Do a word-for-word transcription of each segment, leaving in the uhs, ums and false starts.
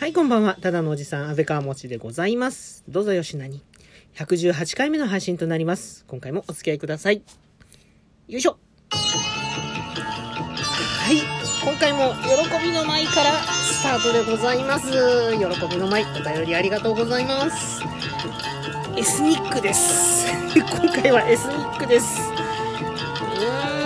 はい、こんばんは。ただのおじさん、安倍川もちでございます。どうぞよしなに。ひゃくじゅうはちかいめの配信となります。今回もお付き合いください。よいしょ。はい、今回も喜びの舞からスタートでございます。喜びの舞、お便りありがとうございます。エスニックです。今回はエスニックです。う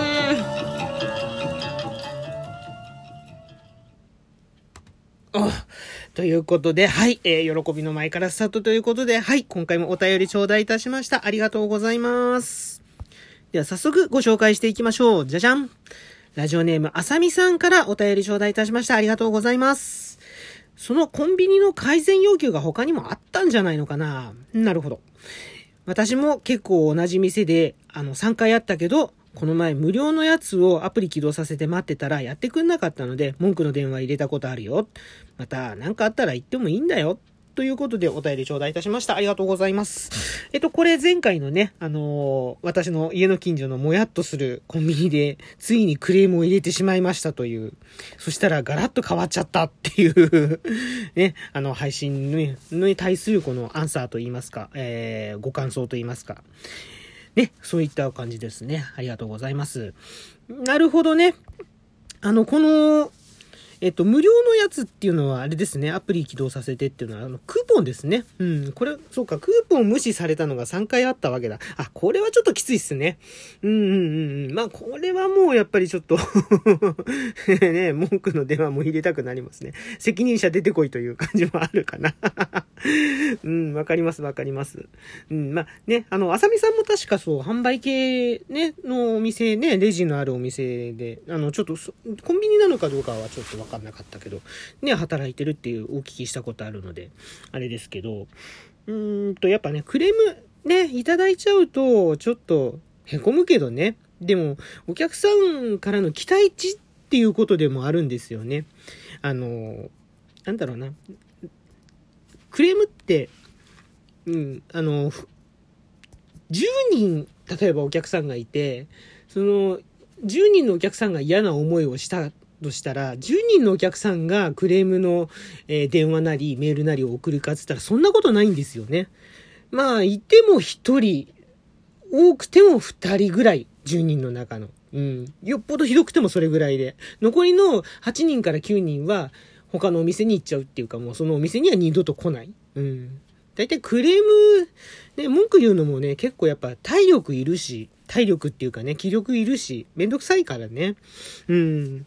ーん。あ。ということで、はい、えー、喜びの前からスタートということで、はい、今回もお便り頂戴いたしました。ありがとうございます。では早速ご紹介していきましょう。じゃじゃん。ラジオネームあさみさんからお便り頂戴いたしました。ありがとうございます。そのコンビニの改善要求が他にもあったんじゃないのかな。なるほど。私も結構同じ店で、あの、さんかいあったけど、この前無料のやつをアプリ起動させて待ってたらやってくんなかったので文句の電話入れたことあるよ。また何かあったら言ってもいいんだよ。ということでお便り頂戴いたしました。ありがとうございます。えっと、これ前回のね、あのー、私の家の近所のもやっとするコンビニでついにクレームを入れてしまいましたという。そしたらガラッと変わっちゃったっていうね、あの配信に対するこのアンサーと言いますか、えー、ご感想と言いますか。ね、そういった感じですね。ありがとうございます。なるほどね。あの、この、えっと、無料のやつっていうのはあれですね。アプリ起動させてっていうのは、あの、クーポンですね。うん。これ、そうか、クーポン無視されたのがさんかいあったわけだ。あ、これはちょっときついっすね。うんうんうんうん。まあ、これはもうやっぱりちょっとね、文句の電話も入れたくなりますね。責任者出てこいという感じもあるかな。うん、わかりますわかります。うん、まあね、あの、あさみさんも確かそう、販売系ね、のお店ね、レジのあるお店で、あの、ちょっと、コンビニなのかどうかはちょっとわかんなかったけど、ね、働いてるっていうお聞きしたことあるので、あれですけど、うーんと、やっぱね、クレームね、いただいちゃうと、ちょっと、へこむけどね、でも、お客さんからの期待値っていうことでもあるんですよね。あの、なんだろうな。クレームって、うん、あの、じゅうにん、例えばお客さんがいて、その、じゅうにんのお客さんが嫌な思いをしたとしたら、じゅうにんのお客さんがクレームの、えー、電話なりメールなりを送るかって言ったら、そんなことないんですよね。まあ、いてもひとり、多くてもふたりぐらい、じゅうにんの中の。うん。よっぽどひどくてもそれぐらいで。残りのはちにんからきゅうにんは、他のお店に行っちゃうっていうか、もうそのお店には二度と来ない。うん。だいたいクレーム、ね、文句言うのもね、結構やっぱ体力いるし、体力っていうかね、気力いるし、めんどくさいからね。うん。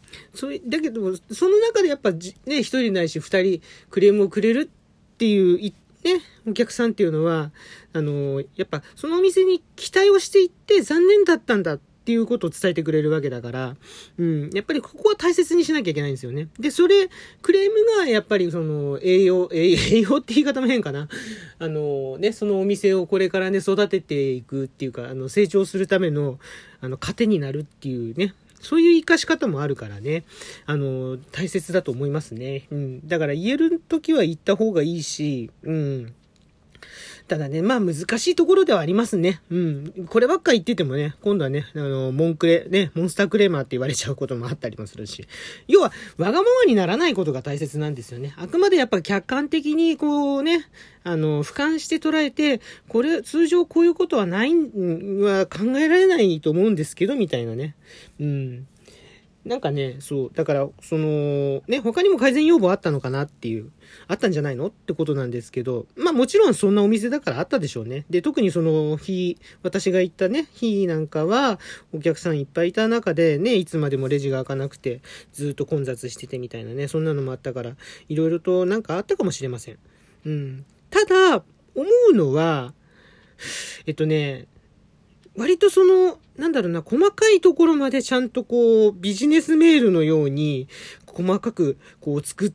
それ、だけど、その中でやっぱね、一人ないし二人クレームをくれるっていう、ね、お客さんっていうのは、あの、やっぱそのお店に期待をしていって残念だったんだっていうことを伝えてくれるわけだから、うん、やっぱりここは大切にしなきゃいけないんですよね。で、それ、クレームがやっぱりその栄養、栄養って言い方も変かな。あのね、そのお店をこれからね、育てていくっていうか、あの、成長するための、あの、糧になるっていうね、そういう活かし方もあるからね、あの、大切だと思いますね。うん。だから言えるときは言った方がいいし、うん。ただね、まあ難しいところではありますね。うん。こればっか言っててもね、今度はね、あの、モンクレ、ね、モンスタークレーマーって言われちゃうこともあったりもするし。要は、わがままにならないことが大切なんですよね。あくまでやっぱ客観的にこうね、あの、俯瞰して捉えて、これ、通常こういうことはない、は考えられないと思うんですけど、みたいなね。うん。なんかね、そう、だから、その、ね、他にも改善要望あったのかなっていう、あったんじゃないのってことなんですけど、まあもちろんそんなお店だからあったでしょうね。で、特にその日、私が行ったね、日なんかは、お客さんいっぱいいた中でね、いつまでもレジが開かなくて、ずっと混雑しててみたいなね、そんなのもあったから、いろいろとなんかあったかもしれません。うん。ただ、思うのは、えっとね、割とその、なんだろうな、細かいところまでちゃんとこう、ビジネスメールのように、細かくこう作って、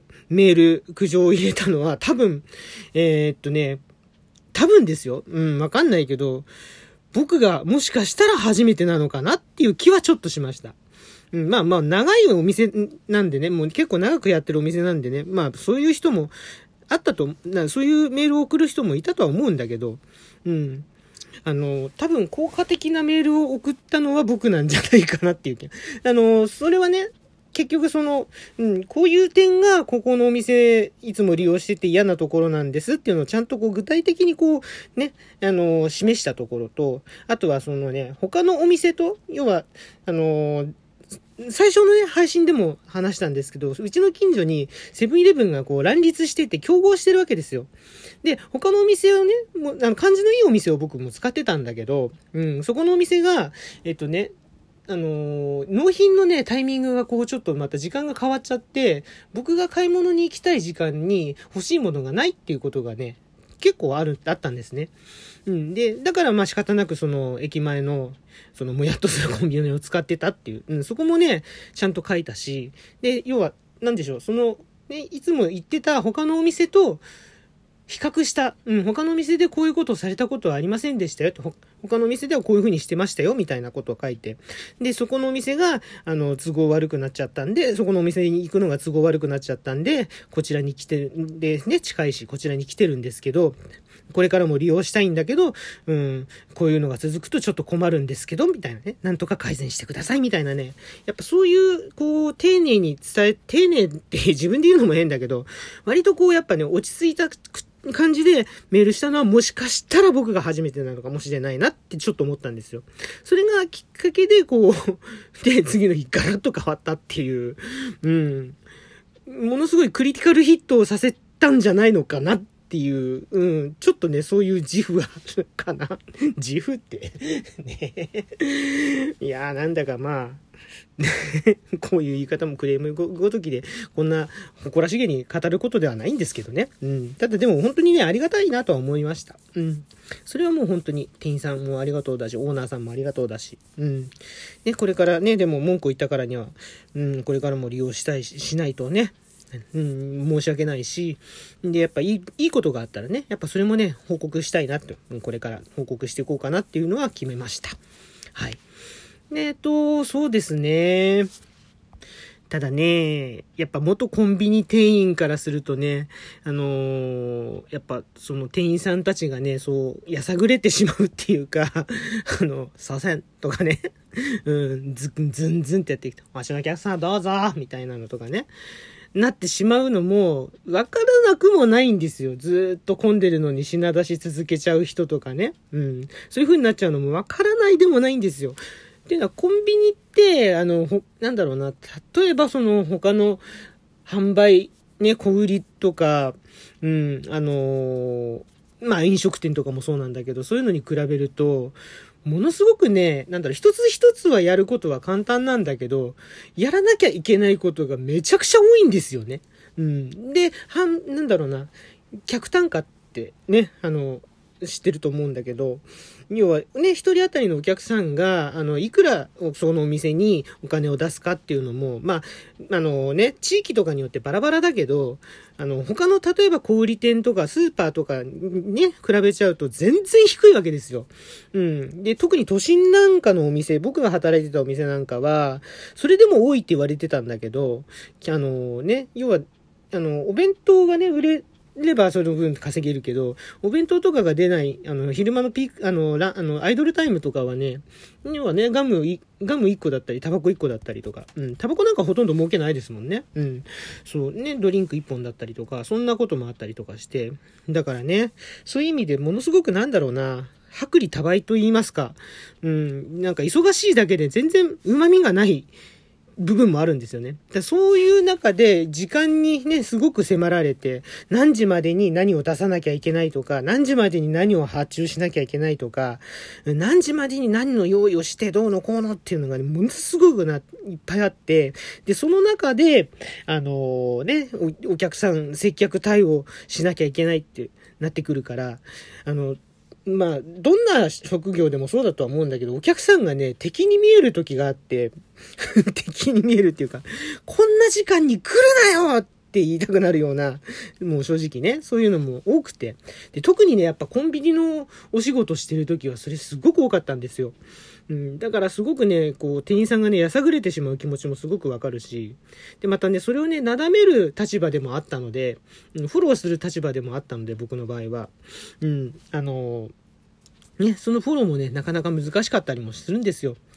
メール、苦情を入れたのは、多分、えー、っとね、多分ですよ。うん、わかんないけど、僕がもしかしたら初めてなのかなっていう気はちょっとしました。うん、まあまあ、長いお店なんでね、もう結構長くやってるお店なんでね、まあそういう人もあったと、なそういうメールを送る人もいたとは思うんだけど、うん。あの、多分効果的なメールを送ったのは僕なんじゃないかなっていう気。あの、それはね、 結局その、うん、こういう点がここのお店いつも利用してて嫌なところなんですっていうのをちゃんとこう具体的にこうね、あの、示したところと、あとはそのね、他のお店と、要は、あの、最初のね、配信でも話したんですけど、うちの近所にセブンイレブンがこう乱立してて競合してるわけですよ。で、他のお店をね、もうあの感じのいいお店を僕も使ってたんだけど、うん、そこのお店が、えっとね、あのー、納品のね、タイミングがこうちょっとまた時間が変わっちゃって、僕が買い物に行きたい時間に欲しいものがないっていうことがね、結構ある、あったんですね。うん。で、だからまあ仕方なくその駅前の、そのもやっとするコンビニを使ってたっていう、うん、そこもね、ちゃんと書いたし、で、要は、なんでしょう、その、ね、いつも行ってた他のお店と、比較した。うん、他の店でこういうことをされたことはありませんでしたよ。と他の店ではこういう風にしてましたよ。みたいなことを書いて。で、そこのお店が、あの、都合悪くなっちゃったんで、そこのお店に行くのが都合悪くなっちゃったんで、こちらに来てるんで、ね、近いし、こちらに来てるんですけど、これからも利用したいんだけど、うん、こういうのが続くとちょっと困るんですけど、みたいなね。なんとか改善してください、みたいなね。やっぱそういう、こう、丁寧に伝え、丁寧って自分で言うのも変だけど、割とこう、やっぱね、落ち着いた感じでメールしたのはもしかしたら僕が初めてなのかもしれないなってちょっと思ったんですよ。それがきっかけでこう、で、次の日ガラッと変わったっていう、うん。ものすごいクリティカルヒットをさせたんじゃないのかなっていう、うん。ちょっとね、そういう自負があるかな。自負ってね。いやーなんだかまあ、こういう言い方もクレームごときでこんな誇らしげに語ることではないんですけどね。うん。ただでも本当にね、ありがたいなとは思いました。うん。それはもう本当に店員さんもありがとうだし、オーナーさんもありがとうだし。うん。ね、これからね、でも文句を言ったからには、うん、これからも利用したいし、しないとね。うん、申し訳ないし、で、やっぱいい、いいことがあったらね、やっぱそれもね、報告したいなと、これから報告していこうかなっていうのは決めました。はい。で、えっと、そうですね。ただね、やっぱ元コンビニ店員からするとね、あのー、やっぱその店員さんたちがね、そう、やさぐれてしまうっていうか、あの、すいませんとかね、うん、ず、ずんずんってやってきて、わしのお客さんどうぞみたいなのとかね、なってしまうのも、わからなくもないんですよ。ずーっと混んでるのに品出し続けちゃう人とかね。うん。そういう風になっちゃうのもわからないでもないんですよ。っていうのは、コンビニって、あの、ほ、なんだろうな、例えばその他の販売、ね、小売りとか、うん、あのー、まあ飲食店とかもそうなんだけど、そういうのに比べると、ものすごくね、なんだろう、一つ一つはやることは簡単なんだけど、やらなきゃいけないことがめちゃくちゃ多いんですよね。うん。で、はん、なんだろうな、客単価ってね、あの、知ってると思うんだけど、要はね、一人当たりのお客さんが、あの、いくらそのお店にお金を出すかっていうのも、まあ、あのね、地域とかによってバラバラだけど、あの、他の例えば小売店とかスーパーとかね、比べちゃうと全然低いわけですよ。うん。で、特に都心なんかのお店、僕が働いてたお店なんかは、それでも多いって言われてたんだけど、あのね、要は、あの、お弁当がね、売れ、ればその分稼げるけど、お弁当とかが出ない、あの、昼間のピーク、あの、ラ、あの、アイドルタイムとかはね、要はね、ガム、ガムいっこだったり、タバコいっこだったりとか、うん、タバコなんかほとんど儲けないですもんね。うん。そうね、ドリンクいっぽんだったりとか、そんなこともあったりとかして、だからね、そういう意味でものすごくなんだろうな、薄利多売と言いますか、うん、なんか忙しいだけで全然旨味がない部分もあるんですよね。だそういう中で時間にね、すごく迫られて、何時までに何を出さなきゃいけないとか、何時までに何を発注しなきゃいけないとか、何時までに何の用意をしてどうのこうのっていうのがね、ものすごくな、いっぱいあって、で、その中で、あのー、ねお、お客さん接客対応しなきゃいけないってなってくるから、あの、まあ、どんな職業でもそうだとは思うんだけど、お客さんがね、敵に見える時があって、敵に見えるっていうか、こんな時間に来るなよって言いたくなるような、もう正直ね、そういうのも多くて。で、特にね、やっぱコンビニのお仕事してる時はそれすごく多かったんですよ。うん、だからすごくね、こう、店員さんがね、やさぐれてしまう気持ちもすごくわかるし、で、またね、それをね、なだめる立場でもあったので、うん、フォローする立場でもあったので、僕の場合は。うん、あのー、ね、そのフォローもね、なかなか難しかったりもするんですよ。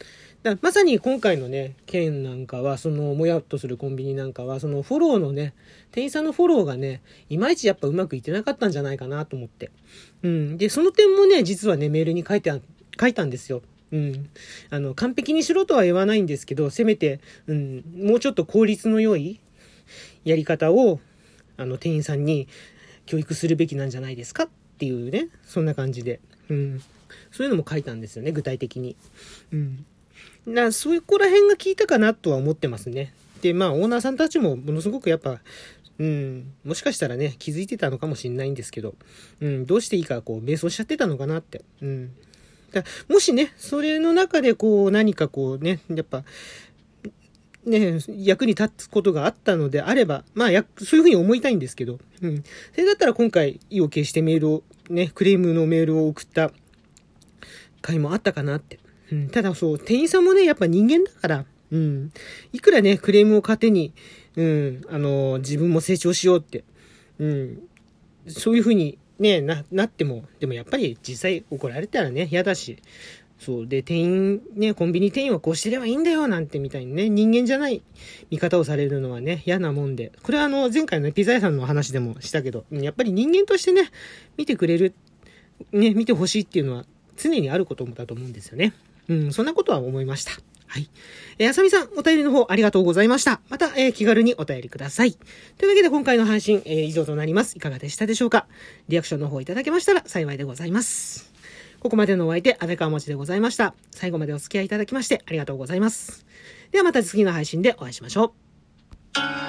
だまさに今回のね、件なんかは、その、もやっとするコンビニなんかは、そのフォローのね、店員さんのフォローがね、いまいちやっぱうまくいってなかったんじゃないかなと思って。うん。で、その点もね、実はね、メールに書いてあ、書いたんですよ。うん。あの、完璧にしろとは言わないんですけど、せめて、うん、もうちょっと効率の良いやり方を、あの、店員さんに教育するべきなんじゃないですかっていうね、そんな感じで。うん。そういうのも書いたんですよね、具体的に。うん。な、そういうこら辺が効いたかなとは思ってますね。で、まあ、オーナーさんたちもものすごくやっぱ、うん、もしかしたらね、気づいてたのかもしれないんですけど、うん、どうしていいか、こう、迷走しちゃってたのかなって。うん。だもしね、それの中でこう、何かこうね、やっぱ、ね、役に立つことがあったのであれば、まあ、や、そういうふうに思いたいんですけど、うん。それだったら今回、意を決してメールを、ね、クレームのメールを送った回もあったかなって。うん、ただそう、店員さんもね、やっぱ人間だから、うん。いくらね、クレームを糧に、うん、あの、自分も成長しようって、うん。そういうふうにね、な、なっても、でもやっぱり実際怒られたらね、嫌だし、そう。で、店員、ね、コンビニ店員はこうしてればいいんだよ、なんてみたいにね、人間じゃない見方をされるのはね、嫌なもんで。これはあの、前回のね、ピザ屋さんの話でもしたけど、やっぱり人間としてね、見てくれる、ね、見てほしいっていうのは常にあることだと思うんですよね。うん、そんなことは思いました。はい。えー、あさみさん、お便りの方ありがとうございました。また、えー、気軽にお便りください。というわけで今回の配信、えー、以上となります。いかがでしたでしょうか？リアクションの方いただけましたら幸いでございます。ここまでのお相手、あべかわもちでございました。最後までお付き合いいただきましてありがとうございます。ではまた次の配信でお会いしましょう。